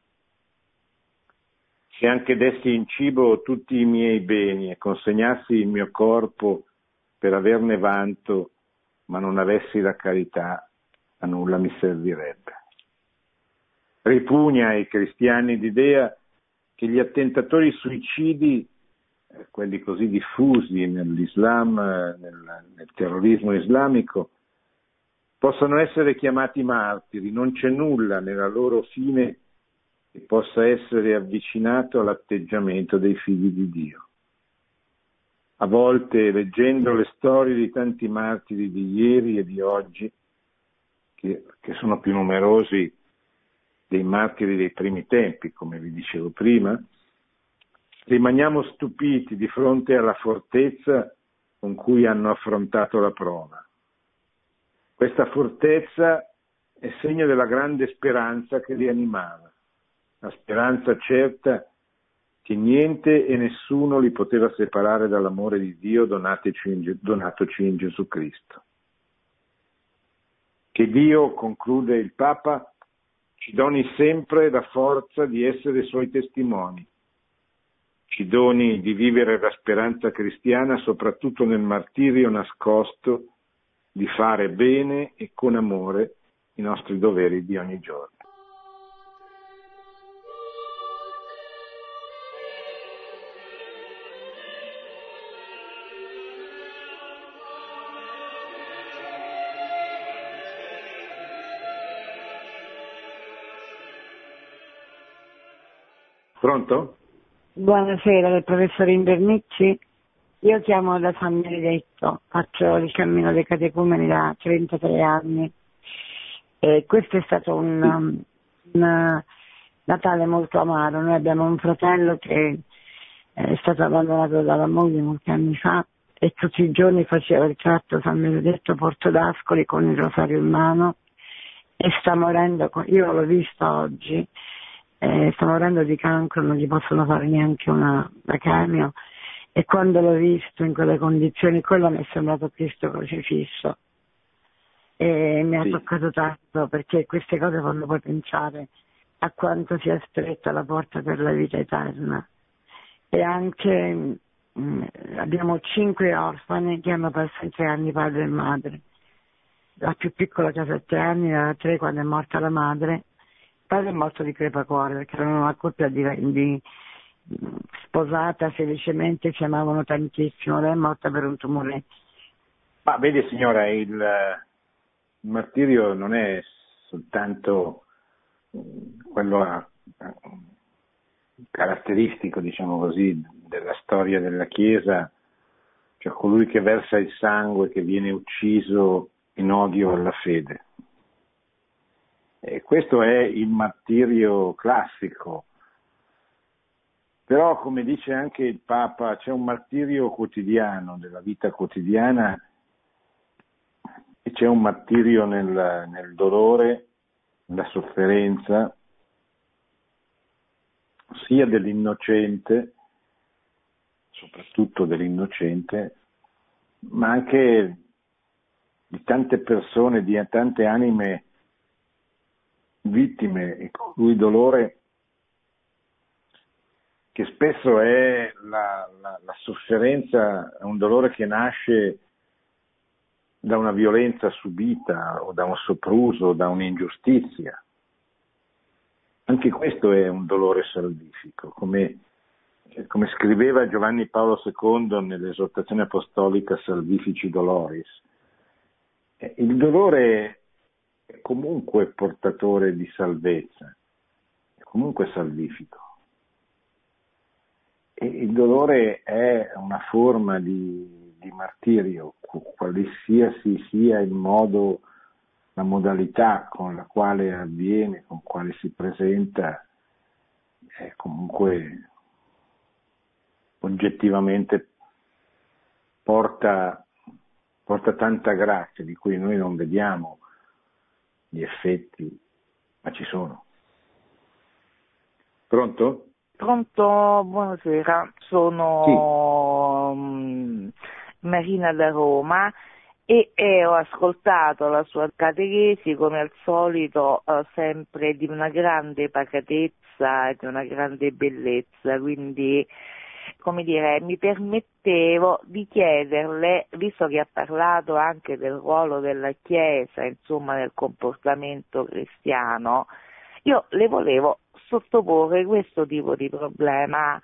Speaker 2: Se anche dessi in cibo tutti i miei beni e consegnassi il mio corpo per averne vanto, ma non avessi la carità, a nulla mi servirebbe. Ripugna ai cristiani l'idea che gli attentatori suicidi, eh, quelli così diffusi nell'Islam, nel, nel terrorismo islamico, possano essere chiamati martiri. Non c'è nulla nella loro fine che possa essere avvicinato all'atteggiamento dei figli di Dio. A volte, leggendo le storie di tanti martiri di ieri e di oggi, che, che sono più numerosi dei martiri dei primi tempi, come vi dicevo prima, rimaniamo stupiti di fronte alla fortezza con cui hanno affrontato la prova. Questa fortezza è segno della grande speranza che li animava, la speranza certa che niente e nessuno li poteva separare dall'amore di Dio donatoci in, donatoci in Gesù Cristo. Che Dio, conclude il Papa, ci doni sempre la forza di essere Suoi testimoni, ci doni di vivere la speranza cristiana soprattutto nel martirio nascosto, di fare bene e con amore i nostri doveri di ogni giorno. Pronto?
Speaker 3: Buonasera, del professor Invernizzi. Io chiamo da San Benedetto, faccio il cammino dei catecumeni da trentatré anni. E questo è stato un, un Natale molto amaro. Noi abbiamo un fratello che è stato abbandonato dalla moglie molti anni fa e tutti i giorni faceva il tratto San Benedetto Porto d'Ascoli con il rosario in mano e sta morendo. Io l'ho visto oggi. Eh, sta morendo di cancro, non gli possono fare neanche una cameo, e quando l'ho visto in quelle condizioni, quello mi è sembrato Cristo crocifisso. e mi ha
Speaker 2: Sì.
Speaker 3: toccato tanto, perché queste cose fanno poi pensare a quanto sia stretta la porta per la vita eterna. E anche mh, abbiamo cinque orfani che hanno perso in tre anni padre e madre. La più piccola che ha sette anni, la tre quando è morta la madre. Il padre è morto di crepacuore perché erano una coppia di, di sposata felicemente, si amavano tantissimo. Lei è morta per un tumore.
Speaker 2: Ma vedi signora, il, il martirio non è soltanto quello a, a, caratteristico, diciamo così, della storia della Chiesa, cioè colui che versa il sangue, che viene ucciso in odio alla fede. E questo è il martirio classico. Però, come dice anche il Papa, c'è un martirio quotidiano, della vita quotidiana, e c'è un martirio nel, nel dolore, nella sofferenza, sia dell'innocente, soprattutto dell'innocente, ma anche di tante persone, di tante anime vittime, il cui dolore, che spesso è la, la, la sofferenza, è un dolore che nasce da una violenza subita o da un sopruso, o da un'ingiustizia. Anche questo è un dolore salvifico, come, come scriveva Giovanni Paolo secondo nell'esortazione apostolica Salvifici Doloris. Il dolore è comunque portatore di salvezza, è comunque salvifico. E il dolore è una forma di, di martirio, qualsiasi sia il modo, la modalità con la quale avviene, con quale si presenta, è comunque oggettivamente porta, porta tanta grazia di cui noi non vediamo gli effetti, ma ci sono. Pronto?
Speaker 4: Pronto, buonasera, sono sì. Marina da Roma e, e ho ascoltato la sua catechesi, come al solito, eh, sempre di una grande pacatezza e di una grande bellezza, quindi, come dire, mi permettevo di chiederle, visto che ha parlato anche del ruolo della Chiesa, insomma, nel comportamento cristiano, io le volevo sottoporre questo tipo di problema.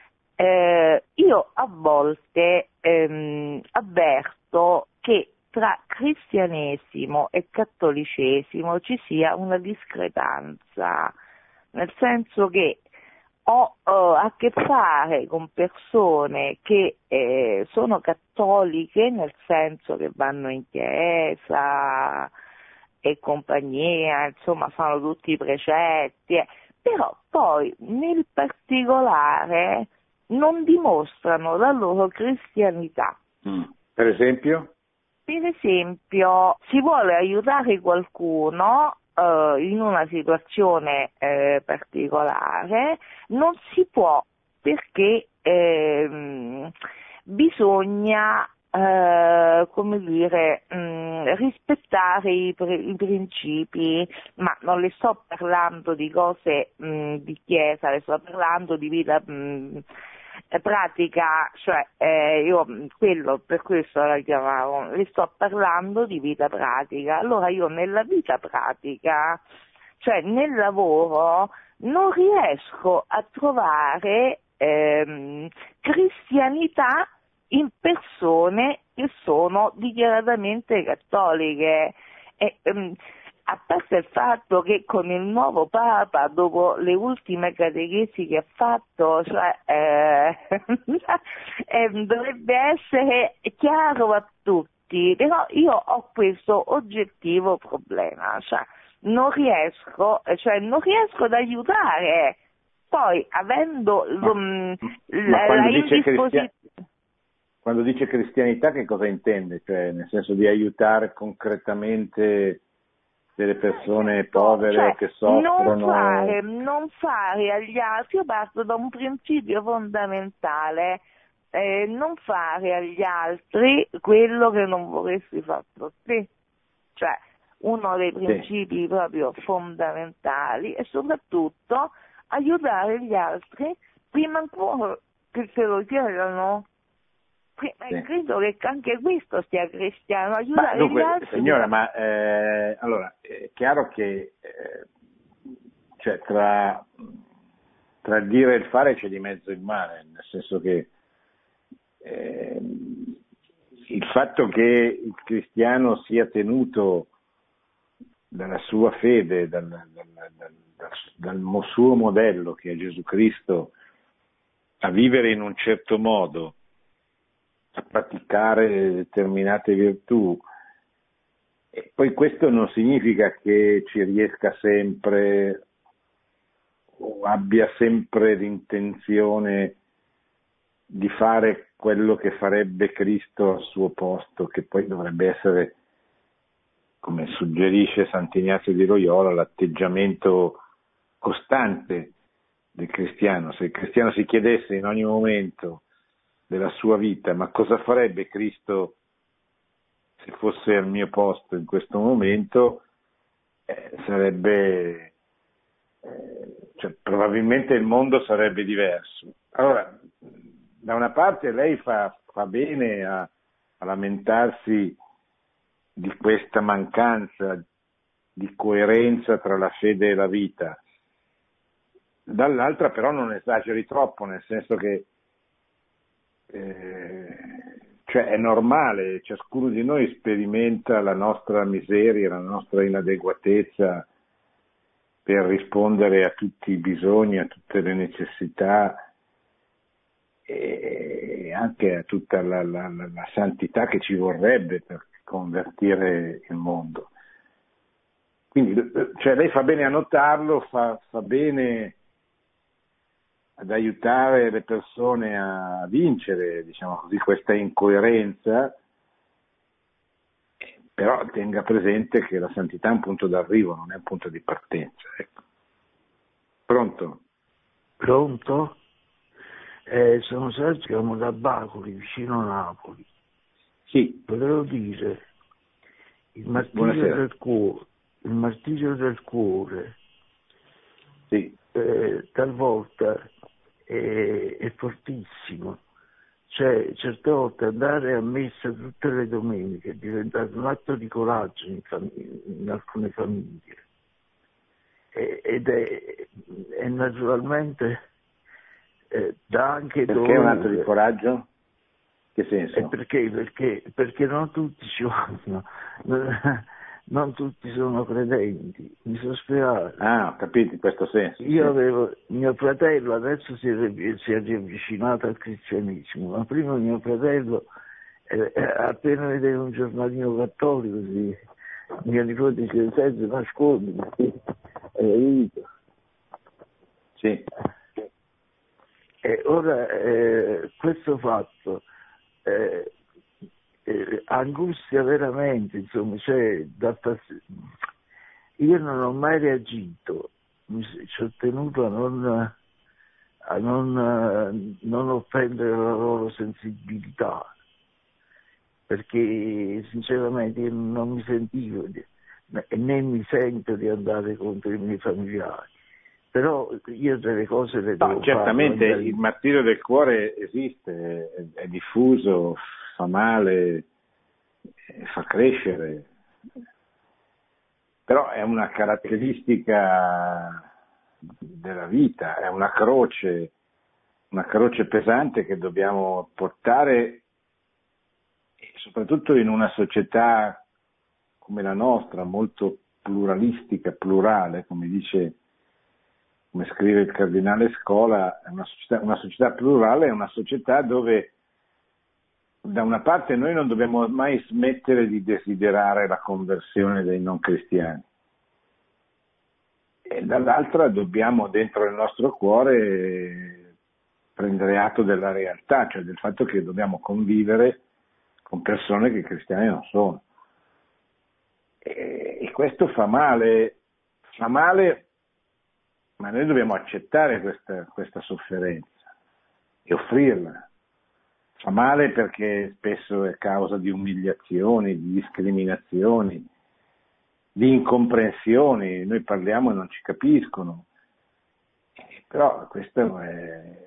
Speaker 4: Eh, io a volte ehm, avverto che tra cristianesimo e cattolicesimo ci sia una discrepanza, nel senso che ho eh, a che fare con persone che eh, sono cattoliche, nel senso che vanno in chiesa e compagnia, insomma fanno tutti i precetti, eh, però poi nel particolare non dimostrano la loro cristianità.
Speaker 2: Mm. Per esempio?
Speaker 4: Per esempio, si vuole aiutare qualcuno eh, in una situazione eh, particolare, non si può perché eh, bisogna Uh, come dire, mh, rispettare i, pre- i principi, ma non le sto parlando di cose mh, di chiesa, le sto parlando di vita mh, pratica, cioè eh, io quello per questo la chiamavo, le sto parlando di vita pratica. Allora io nella vita pratica, cioè nel lavoro, non riesco a trovare ehm, cristianità in persone che sono dichiaratamente cattoliche. E, um, a parte il fatto che con il nuovo Papa, dopo le ultime catechesi che ha fatto, cioè, eh, eh, dovrebbe essere chiaro a tutti, però io ho questo oggettivo problema, cioè non riesco, cioè non riesco ad aiutare, poi avendo
Speaker 2: ma,
Speaker 4: um,
Speaker 2: ma
Speaker 4: la, la indisposizione.
Speaker 2: Quando dice cristianità che cosa intende? Cioè, nel senso di aiutare concretamente delle persone povere
Speaker 4: cioè,
Speaker 2: o che soffrono?
Speaker 4: Non fare, non fare agli altri, io parto da un principio fondamentale, eh, non fare agli altri quello che non vorresti fare per te. cioè uno dei principi sì. proprio fondamentali, e soprattutto aiutare gli altri prima ancora che se lo chiedano. Prima sì. Credo che anche questo sia cristiano, aiutare
Speaker 2: ma dunque,
Speaker 4: gli altri.
Speaker 2: Signora, ma eh, allora è chiaro che eh, cioè tra, tra il dire e il fare c'è di mezzo il male, nel senso che eh, il fatto che il cristiano sia tenuto dalla sua fede, dal, dal, dal, dal, dal suo modello che è Gesù Cristo, a vivere in un certo modo, a praticare determinate virtù, e poi questo non significa che ci riesca sempre o abbia sempre l'intenzione di fare quello che farebbe Cristo al suo posto, che poi dovrebbe essere, come suggerisce Sant'Ignazio di Loyola, l'atteggiamento costante del cristiano. Se il cristiano si chiedesse in ogni momento della sua vita, ma cosa farebbe Cristo se fosse al mio posto in questo momento, eh, sarebbe eh, cioè, probabilmente il mondo sarebbe diverso. Allora, da una parte lei fa, fa bene a, a lamentarsi di questa mancanza di coerenza tra la fede e la vita, dall'altra però non esageri troppo, nel senso che Eh, cioè è normale, ciascuno di noi sperimenta la nostra miseria, la nostra inadeguatezza per rispondere a tutti i bisogni, a tutte le necessità e anche a tutta la, la, la santità che ci vorrebbe per convertire il mondo. Quindi cioè, lei fa bene a notarlo, fa, fa bene ad aiutare le persone a vincere, diciamo così, questa incoerenza, però tenga presente che la santità è un punto d'arrivo, non è un punto di partenza. Ecco. Pronto?
Speaker 5: Pronto? Eh, sono Sergio da Bacoli, vicino a Napoli.
Speaker 2: Sì.
Speaker 5: Volevo dire, il martirio
Speaker 2: Buonasera.
Speaker 5: del cuore, il martirio del cuore,
Speaker 2: sì.
Speaker 5: eh, talvolta è, è fortissimo, cioè certe volte andare a messa tutte le domeniche è diventato un atto di coraggio in, famig- in alcune famiglie, e, ed è, è naturalmente eh, dà anche
Speaker 2: perché
Speaker 5: dolore.
Speaker 2: È un atto di coraggio? Che senso?
Speaker 5: E perché? Perché, perché non tutti ci vanno, non tutti sono credenti, mi sono spiegato.
Speaker 2: Ah, ho capito in questo senso.
Speaker 5: Io
Speaker 2: sì.
Speaker 5: avevo, mio fratello adesso si è, si è riavvicinato al cristianesimo, ma prima mio fratello eh, appena vedeva un giornalino cattolico, si, mio nipote diceva, senti, nascondi, perché hai capito?
Speaker 2: Sì.
Speaker 5: E ora eh, questo fatto eh, eh, angustia veramente, insomma, cioè, da, io non ho mai reagito, mi, ci ho tenuto a non, a non, non offendere la loro sensibilità, perché sinceramente io non mi sentivo e né mi sento di andare contro i miei familiari. Però io delle cose le devo
Speaker 2: no, certamente
Speaker 5: fare.
Speaker 2: Il martirio del cuore esiste, è, è diffuso, fa male, fa crescere, però è una caratteristica della vita, è una croce, una croce pesante che dobbiamo portare, soprattutto in una società come la nostra, molto pluralistica, plurale, come dice come scrive il cardinale Scola, è una società, una società plurale è una società dove da una parte noi non dobbiamo mai smettere di desiderare la conversione dei non cristiani e dall'altra dobbiamo dentro il nostro cuore prendere atto della realtà, cioè del fatto che dobbiamo convivere con persone che cristiane non sono. E, e questo fa male, fa male. Ma noi dobbiamo accettare questa, questa sofferenza e offrirla. Fa male perché spesso è causa di umiliazioni, di discriminazioni, di incomprensioni, noi parliamo e non ci capiscono, però questa è,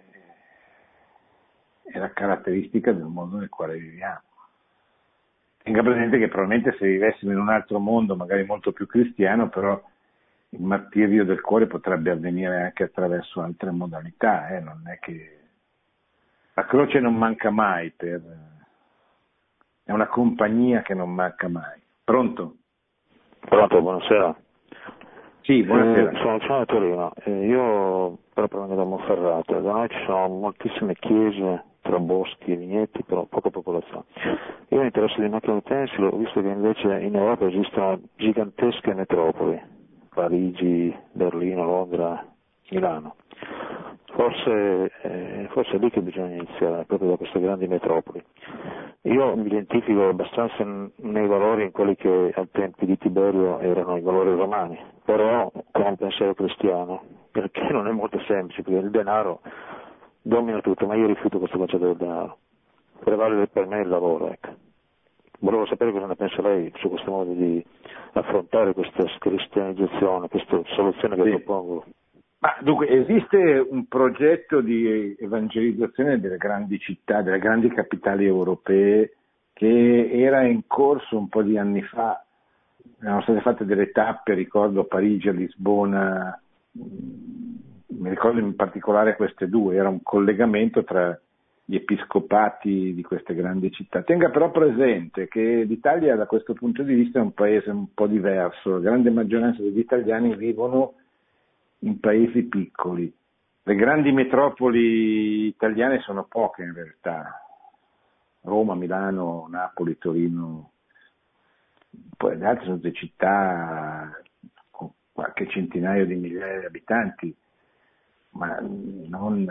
Speaker 2: è la caratteristica del mondo nel quale viviamo. Tenga presente che probabilmente se vivessimo in un altro mondo, magari molto più cristiano, però il martirio del cuore potrebbe avvenire anche attraverso altre modalità, eh? Non è che la croce non manca mai, per... è una compagnia che non manca mai. Pronto?
Speaker 6: Pronto, buonasera.
Speaker 2: Sì, buonasera.
Speaker 6: Eh, sono, sono a Torino, eh, io proprio vengo da Monferrato, da noi ci sono moltissime chiese tra boschi e vigneti, però poca popolazione. Io mi interesso di macchine utensili, ho visto che invece in Europa esistono gigantesche metropoli, Parigi, Berlino, Londra, Milano. Forse, eh, forse è lì che bisogna iniziare, proprio da queste grandi metropoli. Io mi identifico abbastanza nei valori in quelli che ai tempi di Tiberio erano i valori romani, però con un pensiero cristiano, perché non è molto semplice, perché il denaro domina tutto, ma io rifiuto questo concetto del denaro. Prevale per me il lavoro, ecco. Volevo sapere cosa ne pensa lei su questo modo di affrontare questa cristianizzazione, questa soluzione che sì. propongo.
Speaker 2: Ma dunque, esiste un progetto di evangelizzazione delle grandi città, delle grandi capitali europee, che era in corso un po' di anni fa. Erano state fatte delle tappe, ricordo Parigi, Lisbona, mi ricordo in particolare queste due, era un collegamento tra gli episcopati di queste grandi città. Tenga però presente che l'Italia da questo punto di vista è un paese un po' diverso, la grande maggioranza degli italiani vivono in paesi piccoli. Le grandi metropoli italiane sono poche in realtà, Roma, Milano, Napoli, Torino, poi le altre sono delle città con qualche centinaio di migliaia di abitanti, ma non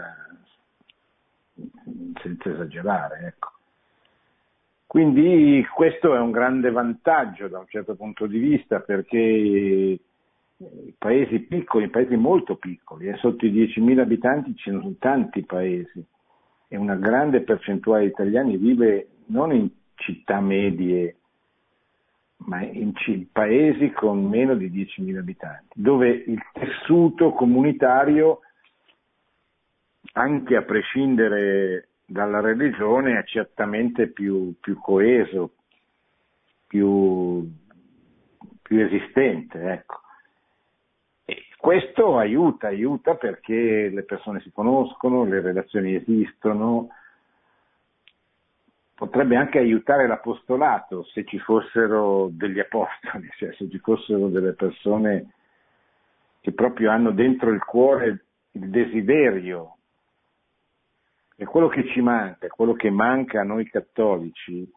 Speaker 2: senza esagerare, ecco. Quindi questo è un grande vantaggio da un certo punto di vista, perché i paesi piccoli, i paesi molto piccoli, eh, sotto i diecimila abitanti ci sono tanti paesi e una grande percentuale di italiani vive non in città medie, ma in c- paesi con meno di diecimila abitanti, dove il tessuto comunitario, anche a prescindere dalla religione, è certamente più, più coeso, più, più esistente, ecco. E questo aiuta, aiuta perché le persone si conoscono, le relazioni esistono, potrebbe anche aiutare l'apostolato se ci fossero degli apostoli, cioè se ci fossero delle persone che proprio hanno dentro il cuore il desiderio. E quello che ci manca, quello che manca a noi cattolici,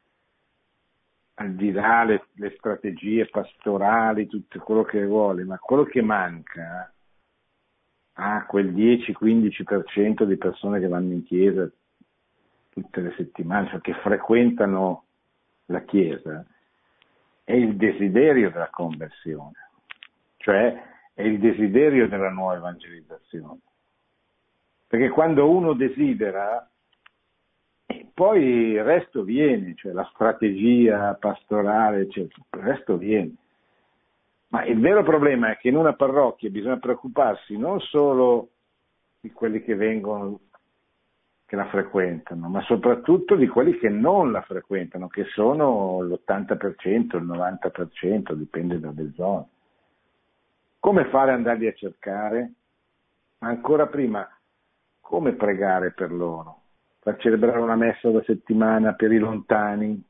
Speaker 2: al di là le, le strategie pastorali, tutto quello che vuole, ma quello che manca a quel dieci quindici per cento di persone che vanno in chiesa tutte le settimane, cioè che frequentano la chiesa, è il desiderio della conversione, cioè è il desiderio della nuova evangelizzazione. Perché quando uno desidera, poi il resto viene, cioè la strategia pastorale, cioè, il resto viene. Ma il vero problema è che in una parrocchia bisogna preoccuparsi non solo di quelli che vengono, che la frequentano, ma soprattutto di quelli che non la frequentano, che sono l'ottanta per cento, il novanta per cento, dipende dalle zone. Come fare ad andarli a cercare? Ma ancora prima, come pregare per loro? Far celebrare una messa alla settimana per i lontani,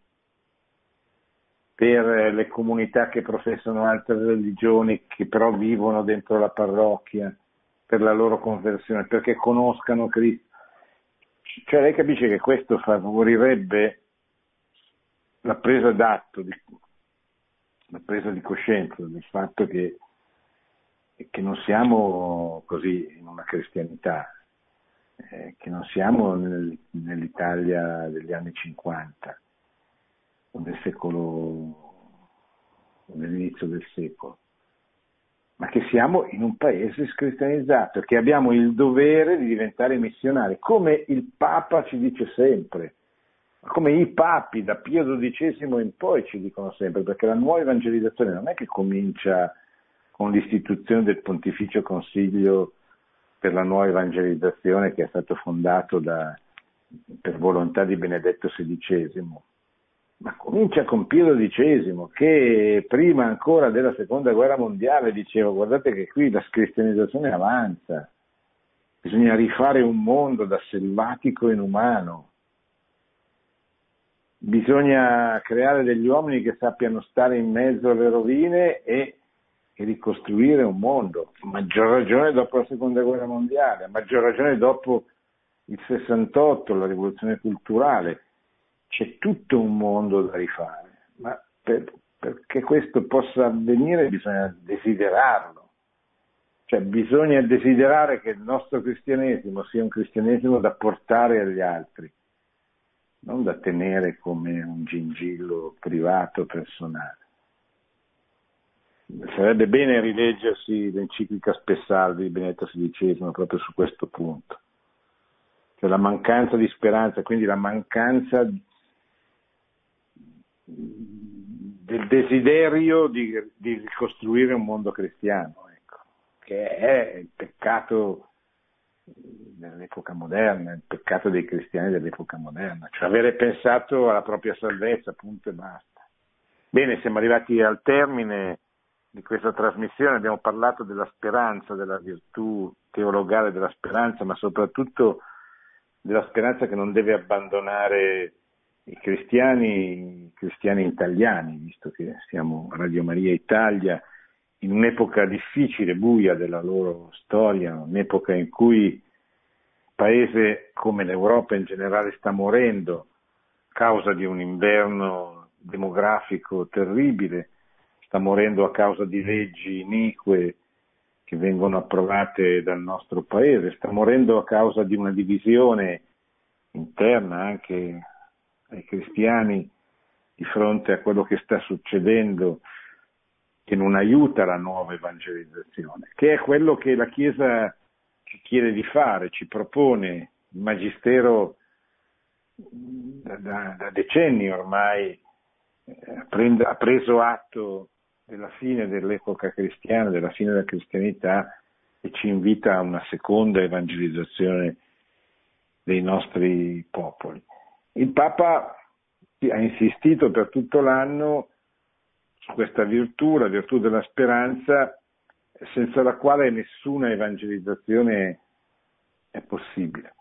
Speaker 2: per le comunità che professano altre religioni, che però vivono dentro la parrocchia, per la loro conversione, perché conoscano Cristo. Cioè lei capisce che questo favorirebbe la presa d'atto, di, la presa di coscienza del fatto che, che non siamo così in una cristianità, eh, che non siamo nel, nell'Italia degli anni cinquanta, o del secolo, dell'inizio del secolo, ma che siamo in un paese scristianizzato, che abbiamo il dovere di diventare missionari, come il Papa ci dice sempre. come i papi da Pio dodicesimo in poi ci dicono sempre, perché la nuova evangelizzazione non è che comincia con l'istituzione del Pontificio Consiglio per la nuova evangelizzazione che è stato fondato da, per volontà di Benedetto sedicesimo, ma comincia con Pio dodicesimo, che prima ancora della seconda guerra mondiale diceva: guardate che qui la cristianizzazione avanza, bisogna rifare un mondo da selvatico in umano, bisogna creare degli uomini che sappiano stare in mezzo alle rovine e, e ricostruire un mondo, a maggior ragione dopo la seconda guerra mondiale, a maggior ragione dopo il sessantotto, la rivoluzione culturale. C'è tutto un mondo da rifare, ma per, perché questo possa avvenire bisogna desiderarlo, cioè bisogna desiderare che il nostro cristianesimo sia un cristianesimo da portare agli altri, non da tenere come un gingillo privato, personale. Sarebbe bene rileggersi l'enciclica Spessalvi di Benedetto sedicesimo proprio su questo punto, cioè la mancanza di speranza, quindi la mancanza del desiderio di, di ricostruire un mondo cristiano, ecco, che è il peccato dell'epoca moderna, il peccato dei cristiani dell'epoca moderna, cioè avere pensato alla propria salvezza, punto e basta. Bene, siamo arrivati al termine di questa trasmissione, abbiamo parlato della speranza, della virtù teologale della speranza, ma soprattutto della speranza che non deve abbandonare i cristiani, i cristiani italiani, visto che siamo a Radio Maria Italia, in un'epoca difficile, buia della loro storia, un'epoca in cui il paese, come l'Europa in generale, sta morendo a causa di un inverno demografico terribile, sta morendo a causa di leggi inique che vengono approvate dal nostro paese, sta morendo a causa di una divisione interna anche ai cristiani di fronte a quello che sta succedendo, che non aiuta la nuova evangelizzazione, che è quello che la Chiesa ci chiede di fare, ci propone. Il Magistero da, da, da decenni ormai eh, prende, ha preso atto della fine dell'epoca cristiana, della fine della cristianità, e ci invita a una seconda evangelizzazione dei nostri popoli. Il Papa ha insistito per tutto l'anno su questa virtù, la virtù della speranza, senza la quale nessuna evangelizzazione è possibile.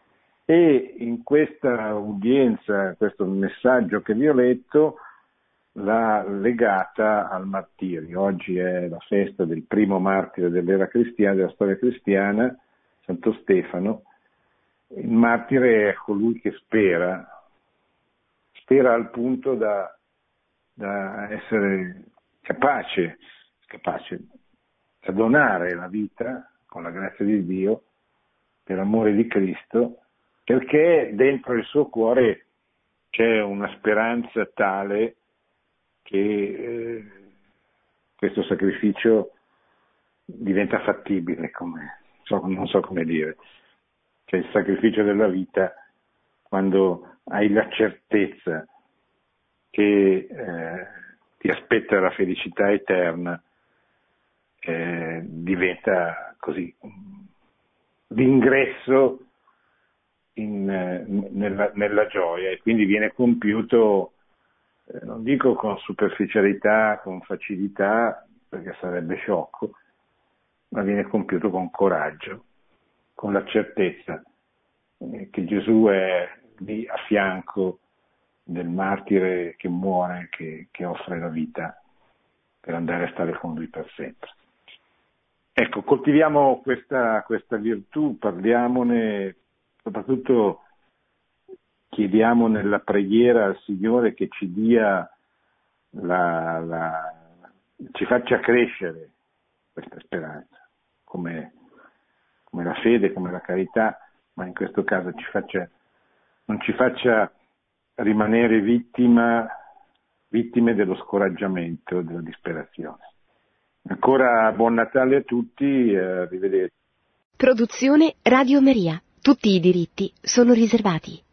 Speaker 2: E in questa udienza, questo messaggio che vi ho letto, l'ha legata al martirio. Oggi è la festa del primo martire dell'era cristiana, della storia cristiana, Santo Stefano. Il martire è colui che spera, spera al punto da, da essere capace, capace da donare la vita con la grazia di Dio per amore di Cristo, perché dentro il suo cuore c'è una speranza tale che eh, questo sacrificio diventa fattibile, come, so, non so come dire. Cioè il sacrificio della vita, quando hai la certezza che eh, ti aspetta la felicità eterna, eh, diventa così l'ingresso in, nella, nella gioia, e quindi viene compiuto, eh, non dico con superficialità, con facilità, perché sarebbe sciocco, ma viene compiuto con coraggio, con la certezza eh, che Gesù è lì a fianco del martire che muore, che, che offre la vita per andare a stare con lui per sempre. Ecco, coltiviamo questa, questa virtù, parliamone, soprattutto chiediamo nella preghiera al Signore che ci dia la, la ci faccia crescere questa speranza, come, come la fede, come la carità, ma in questo caso ci faccia, non ci faccia rimanere vittima, vittime dello scoraggiamento, della disperazione. Ancora buon Natale a tutti, arrivederci.
Speaker 1: Produzione Radio Maria. Tutti i diritti sono riservati.